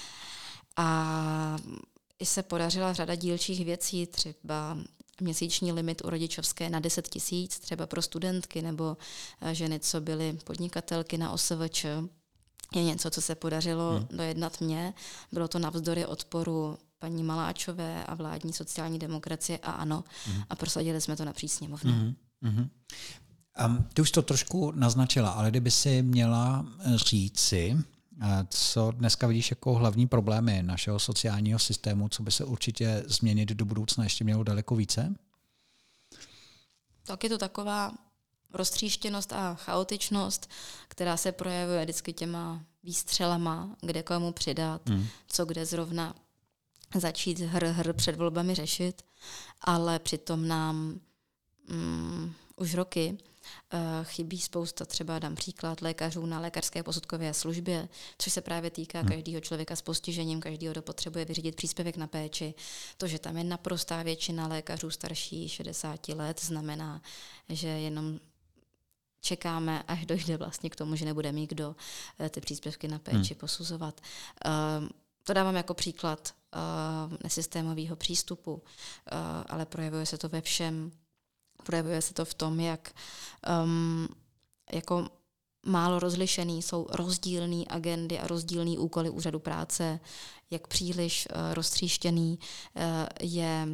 A i se podařila řada dílčích věcí, třeba měsíční limit u rodičovské na deset tisíc, třeba pro studentky nebo ženy, co byly podnikatelky na O S V Č. Je něco, co se podařilo hmm. dojednat mně. Bylo to navzdory odporu paní Maláčové a vládní sociální demokracie a ANO. Hmm. A prosadili jsme to napříč sněmovnou. Hmm. Hmm. Um, ty už to trošku naznačila, ale kdyby si měla říci, co dneska vidíš jako hlavní problémy našeho sociálního systému, co by se určitě změnit do budoucna ještě mělo daleko více? Tak je to taková roztříštěnost a chaotičnost, která se projevuje vždycky těma výstřelama, kde komu přidat, hmm. co kde zrovna začít hr, hr před volbami řešit, ale přitom nám mm, už roky Chybí spousta, třeba dám příklad, lékařů na lékařské posudkové službě, což se právě týká hmm. každého člověka s postižením, každého, kdo potřebuje vyřídit příspěvek na péči. To, že tam je naprostá většina lékařů starší šedesáti let, znamená, že jenom čekáme, až dojde vlastně k tomu, že nebude mít kdo ty příspěvky na péči hmm. posuzovat. To dávám jako příklad nesystémového přístupu, ale projevuje se to ve všem. Projevuje se to v tom, jak um, jako málo rozlišený jsou rozdílné agendy a rozdílné úkoly úřadu práce, jak příliš uh, roztříštěný uh, je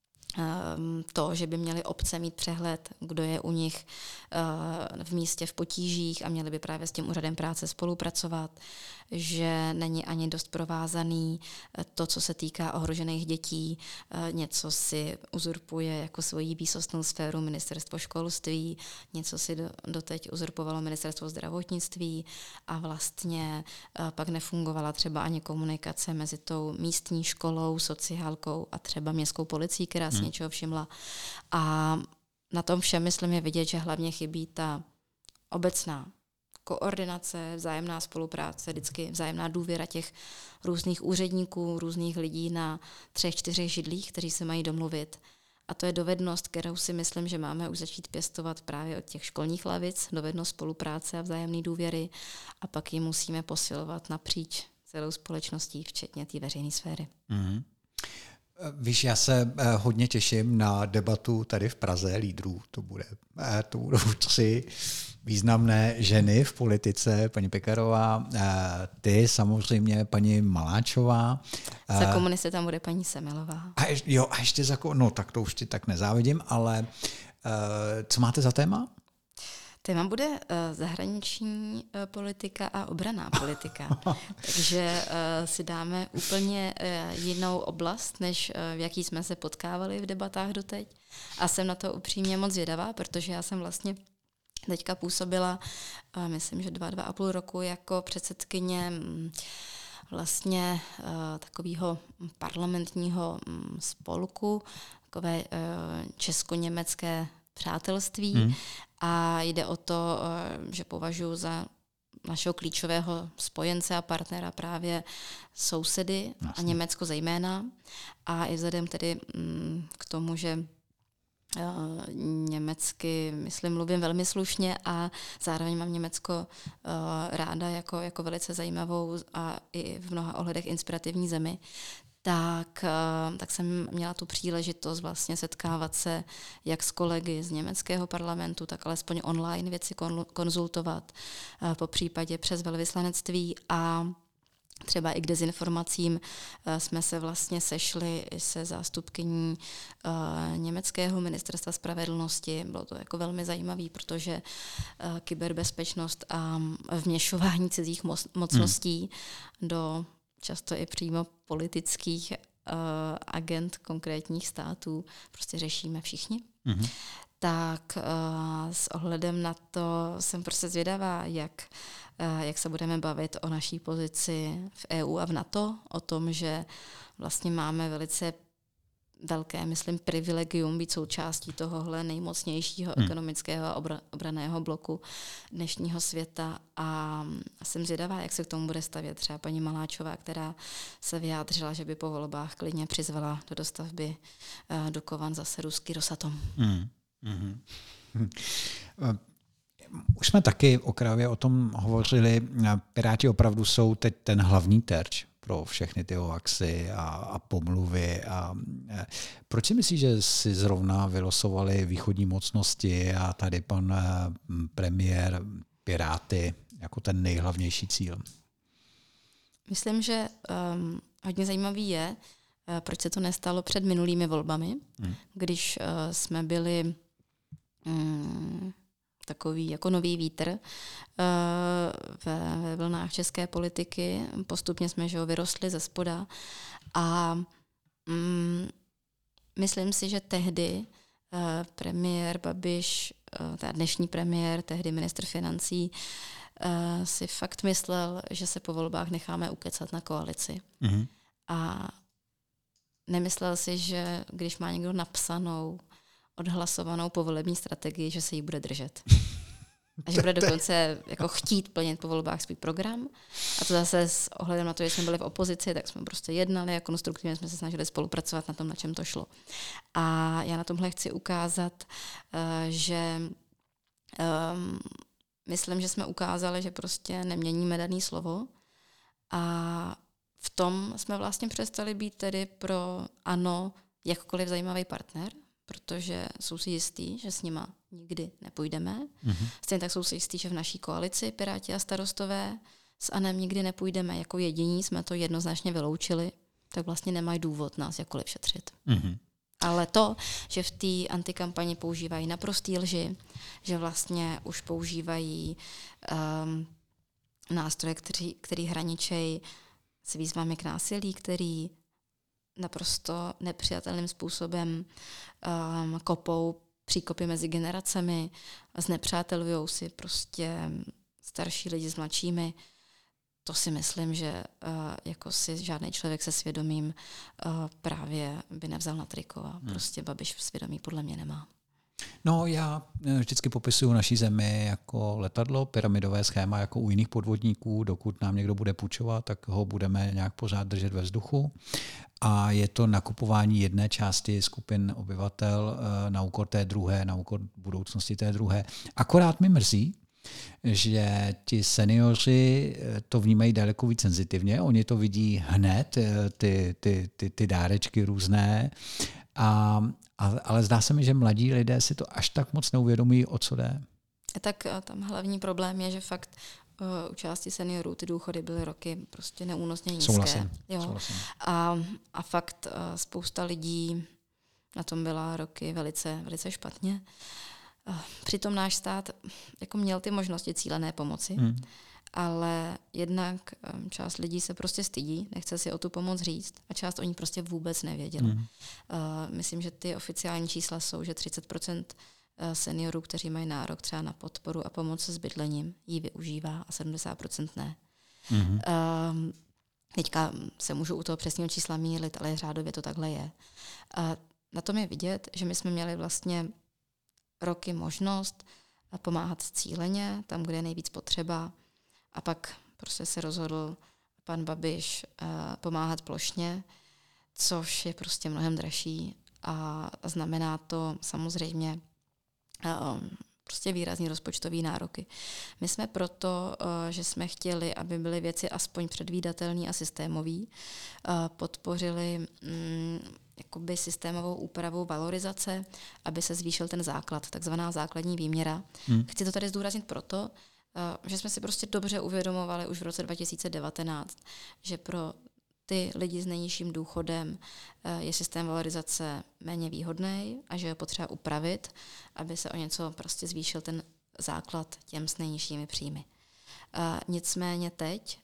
um, to, že by měly obce mít přehled, kdo je u nich uh, v místě v potížích a měli by právě s tím úřadem práce spolupracovat, že není ani dost provázaný to, co se týká ohrožených dětí, něco si uzurpuje jako svoji výsostnou sféru ministerstvo školství, něco si do, doteď uzurpovalo ministerstvo zdravotnictví a vlastně pak nefungovala třeba ani komunikace mezi tou místní školou, sociálkou a třeba městskou policií, která si hmm. něčeho všimla. A na tom všem, myslím, je vidět, že hlavně chybí ta obecná koordinace, vzájemná spolupráce, vždycky vzájemná důvěra těch různých úředníků, různých lidí na třech, čtyřech židlích, kteří se mají domluvit. A to je dovednost, kterou si myslím, že máme už začít pěstovat právě od těch školních lavic, dovednost spolupráce a vzájemné důvěry a pak ji musíme posilovat napříč celou společností, včetně té veřejné sféry. Mm-hmm. Víš, já se hodně těším na debatu tady v Praze lídrů. To bude, to budou tři významné ženy v politice, paní Pekarová, ty samozřejmě, paní Maláčová. Za komunisty tam bude paní Semelová. A ještě, jo, a ještě za, no tak to už ti tak nezávidím, ale co máte za téma? Téma bude uh, zahraniční uh, politika a obranná politika. Takže uh, si dáme úplně uh, jinou oblast, než uh, v jaký jsme se potkávali v debatách doteď. A jsem na to upřímně moc zvědavá, protože já jsem vlastně teďka působila, uh, myslím, že dva, dva a půl roku jako předsedkyně um, vlastně uh, takového parlamentního um, spolku, takové uh, česko-německé přátelství. Hmm. A jde o to, že považuji za našeho klíčového spojence a partnera právě sousedy Jasně. a Německo zejména. A i vzhledem tedy k tomu, že německy, myslím, mluvím velmi slušně a zároveň mám Německo ráda jako, jako velice zajímavou a i v mnoha ohledech inspirativní zemi, tak, tak jsem měla tu příležitost vlastně setkávat se jak s kolegy z německého parlamentu, tak alespoň online věci konzultovat, po případě přes velvyslanectví a třeba i k dezinformacím jsme se vlastně sešli se zástupkyní uh, německého ministerstva spravedlnosti. Bylo to jako velmi zajímavé, protože uh, kyberbezpečnost a vměšování cizích moc- mocností hmm. do často i přímo politických uh, agent konkrétních států prostě řešíme všichni. Mm-hmm. Tak uh, s ohledem na to jsem prostě zvědavá, jak, uh, jak se budeme bavit o naší pozici v E U a v NATO, o tom, že vlastně máme velice velké, myslím, privilegium být součástí tohohle nejmocnějšího hmm. ekonomického a obra, obraného bloku dnešního světa. A jsem zvědavá, jak se k tomu bude stavět třeba paní Maláčová, která se vyjádřila, že by po volbách klidně přizvala do dostavby uh, Dukovan zase ruský Rosatom. Hmm. Hmm. Už jsme taky okrajově o tom hovořili. Piráti opravdu jsou teď ten hlavní terč pro všechny ty hoaxy a, a pomluvy. A, e, proč si myslíš, že si zrovna vylosovali východní mocnosti a tady pan e, premiér Piráty jako ten nejhlavnější cíl? Myslím, že um, hodně zajímavý je, uh, proč se to nestalo před minulými volbami, hmm. když uh, jsme byli um, takový jako nový vítr uh, ve, ve vlnách české politiky. Postupně jsme že ho vyrostli ze spoda a um, myslím si, že tehdy uh, premiér Babiš, uh, ta dnešní premiér, tehdy ministr financí, uh, si fakt myslel, že se po volbách necháme ukecat na koalici. Mm-hmm. A nemyslel si, že když má někdo napsanou odhlasovanou povolební strategii, že se jí bude držet. A že bude dokonce jako chtít plnit po volbách svůj program. A to zase s ohledem na to, že jsme byli v opozici, tak jsme prostě jednali a konstruktivně jsme se snažili spolupracovat na tom, na čem to šlo. A já na tomhle chci ukázat, že um, myslím, že jsme ukázali, že prostě neměníme daný slovo a v tom jsme vlastně přestali být tedy pro ANO jakkoliv zajímavý partner, protože jsou si jistí, že s nima nikdy nepůjdeme. Mm-hmm. Stejně tak jsou si jistí, že v naší koalici Piráti a Starostové s ANem nikdy nepůjdeme. Jako jediní jsme to jednoznačně vyloučili, tak vlastně nemají důvod nás jakkoliv šetřit. Mm-hmm. Ale to, že v té antikampani používají naprostý lži, že vlastně už používají um, nástroje, který, který hraničejí s výzvami k násilí, který naprosto nepřijatelným způsobem um, kopou příkopy mezi generacemi, znepřátelujou si prostě starší lidi s mladšími. To si myslím, že uh, jako si žádný člověk se svědomím uh, právě by nevzal na triko a hmm. prostě Babiš v svědomí podle mě nemá. No, já vždycky popisuju naší zemi jako letadlo, pyramidové schéma jako u jiných podvodníků. Dokud nám někdo bude půjčovat, tak ho budeme nějak pořád držet ve vzduchu. A je to nakupování jedné části skupin obyvatel na úkor té druhé, na úkor budoucnosti té druhé. Akorát mi mrzí, že ti seniori to vnímají daleko víc senzitivně. Oni to vidí hned, ty, ty, ty, ty dárečky různé. A, a, ale zdá se mi, že mladí lidé si to až tak moc neuvědomí, o co jde. Tak tam hlavní problém je, že fakt uh, u části seniorů ty důchody byly roky prostě neúnosně nízké. Souhlasím. Jo. Souhlasím. A, a fakt uh, spousta lidí na tom byla roky velice, velice špatně. Uh, přitom náš stát jako měl ty možnosti cílené pomoci, hmm. ale jednak um, část lidí se prostě stydí, nechce si o tu pomoc říct a část o ní prostě vůbec nevěděla. Hmm. Uh, myslím, že ty oficiální čísla jsou, že třicet procent seniorů, kteří mají nárok třeba na podporu a pomoc s bydlením, ji využívá a sedmdesát procent ne. Hmm. Uh, teďka se můžu u toho přesného čísla mýlit, ale řádově to takhle je. Uh, na tom je vidět, že my jsme měli vlastně roky možnost pomáhat cíleně, tam, kde je nejvíc potřeba, a pak prostě se rozhodl pan Babiš uh, pomáhat plošně, což je prostě mnohem dražší a znamená to samozřejmě uh, prostě výrazný rozpočtový nároky. My jsme proto, uh, že jsme chtěli, aby byly věci aspoň předvídatelné a systémové, uh, podpořili um, jakoby systémovou úpravou valorizace, aby se zvýšil ten základ, takzvaná základní výměra. Hmm. Chci to tady zdůraznit proto, že jsme si prostě dobře uvědomovali už v roce dva tisíce devatenáct, že pro ty lidi s nejnižším důchodem je systém valorizace méně výhodný a že je potřeba upravit, aby se o něco prostě zvýšil ten základ těm s nejnižšími příjmy. Nicméně teď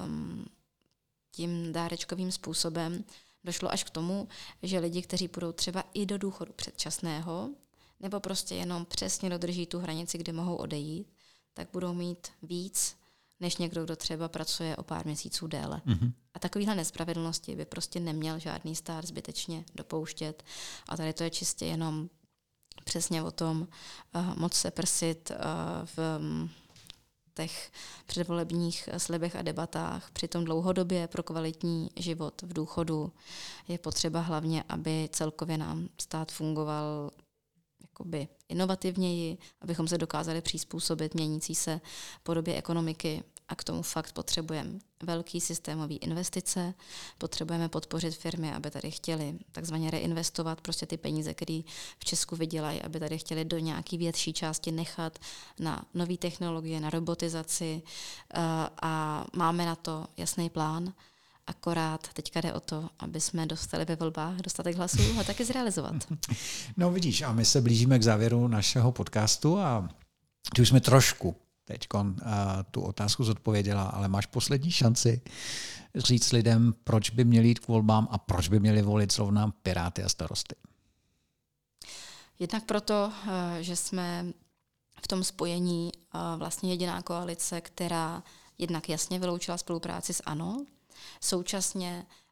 tím dárečkovým způsobem došlo až k tomu, že lidi, kteří půjdou třeba i do důchodu předčasného, nebo prostě jenom přesně dodrží tu hranici, kdy mohou odejít, tak budou mít víc, než někdo, kdo třeba pracuje o pár měsíců déle. Mm-hmm. A takovýhle nespravedlnosti by prostě neměl žádný stát zbytečně dopouštět. A tady to je čistě jenom přesně o tom uh, moc se prsit uh, v um, těch předvolebních slibech a debatách. Přitom dlouhodobě pro kvalitní život v důchodu je potřeba hlavně, aby celkově nám stát fungoval jakoby inovativněji, abychom se dokázali přizpůsobit měnící se podobě ekonomiky a k tomu fakt potřebujeme velký systémový investice, potřebujeme podpořit firmy, aby tady chtěli takzvaně reinvestovat prostě ty peníze, které v Česku vydělají, aby tady chtěli do nějaký větší části nechat na nové technologie, na robotizaci a máme na to jasný plán. Akorát teďka jde o to, aby jsme dostali ve volbách dostatek hlasů a taky zrealizovat. No vidíš, a my se blížíme k závěru našeho podcastu a ty už jsme trošku teď tu otázku zodpověděla, ale máš poslední šanci říct lidem, proč by měli jít k volbám a proč by měli volit zrovna Piráty a Starosty. Jednak proto, že jsme v tom spojení vlastně jediná koalice, která jednak jasně vyloučila spolupráci s ANO, současně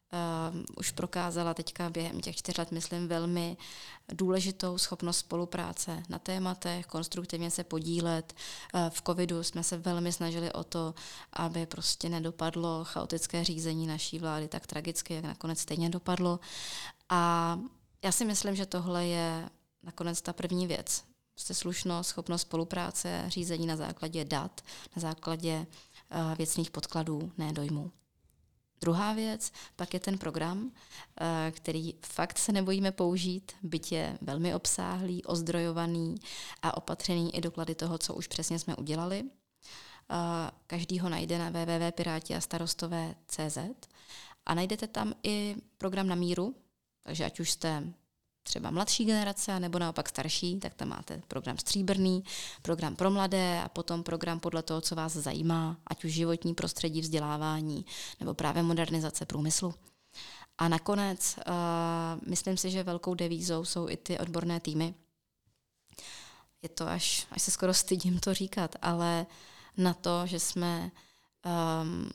uh, už prokázala teďka během těch čtyř let, myslím, velmi důležitou schopnost spolupráce na tématech, konstruktivně se podílet. Uh, v covidu jsme se velmi snažili o to, aby prostě nedopadlo chaotické řízení naší vlády tak tragicky, jak nakonec stejně dopadlo. A já si myslím, že tohle je nakonec ta první věc. Prostě slušnost, schopnost spolupráce, řízení na základě dat, na základě uh, věcných podkladů, ne dojmů. Druhá věc, pak je ten program, uh, který fakt se nebojíme použít, byť je velmi obsáhlý, ozdrojovaný a opatřený i doklady toho, co už přesně jsme udělali. Uh, každý ho najde na w w w tečka piráti a starostové tečka c z a najdete tam i program na míru, takže ať už jste třeba mladší generace, nebo naopak starší, tak tam máte program stříbrný, program pro mladé a potom program podle toho, co vás zajímá, ať už životní prostředí, vzdělávání, nebo právě modernizace průmyslu. A nakonec uh, myslím si, že velkou devízou jsou i ty odborné týmy. Je to až, až se skoro stydím to říkat, ale na to, že jsme um,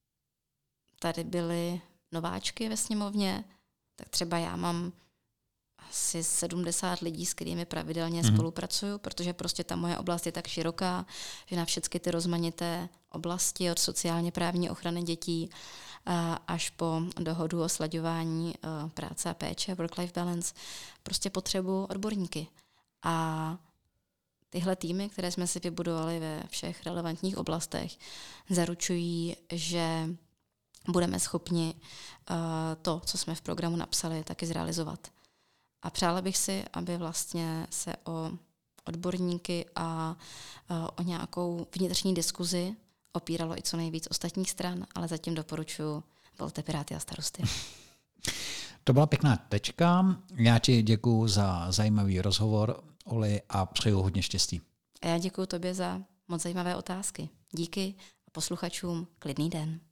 tady byli nováčky ve sněmovně, tak třeba já mám asi sedmdesát lidí, s kterými pravidelně mm. spolupracuju, protože prostě ta moje oblast je tak široká, že na všechny ty rozmanité oblasti od sociálně právní ochrany dětí až po dohodu o slaďování práce a péče, work-life balance, prostě potřebuji odborníky. A tyhle týmy, které jsme si vybudovali ve všech relevantních oblastech, zaručují, že budeme schopni to, co jsme v programu napsali, taky zrealizovat. A přála bych si, aby vlastně se o odborníky a o nějakou vnitřní diskuzi opíralo i co nejvíc ostatních stran, ale zatím doporučuji volte Piráty a Starosty. To byla pěkná tečka. Já ti děkuju za zajímavý rozhovor, Oli, a přeju hodně štěstí. A já děkuju tobě za moc zajímavé otázky. Díky a posluchačům klidný den.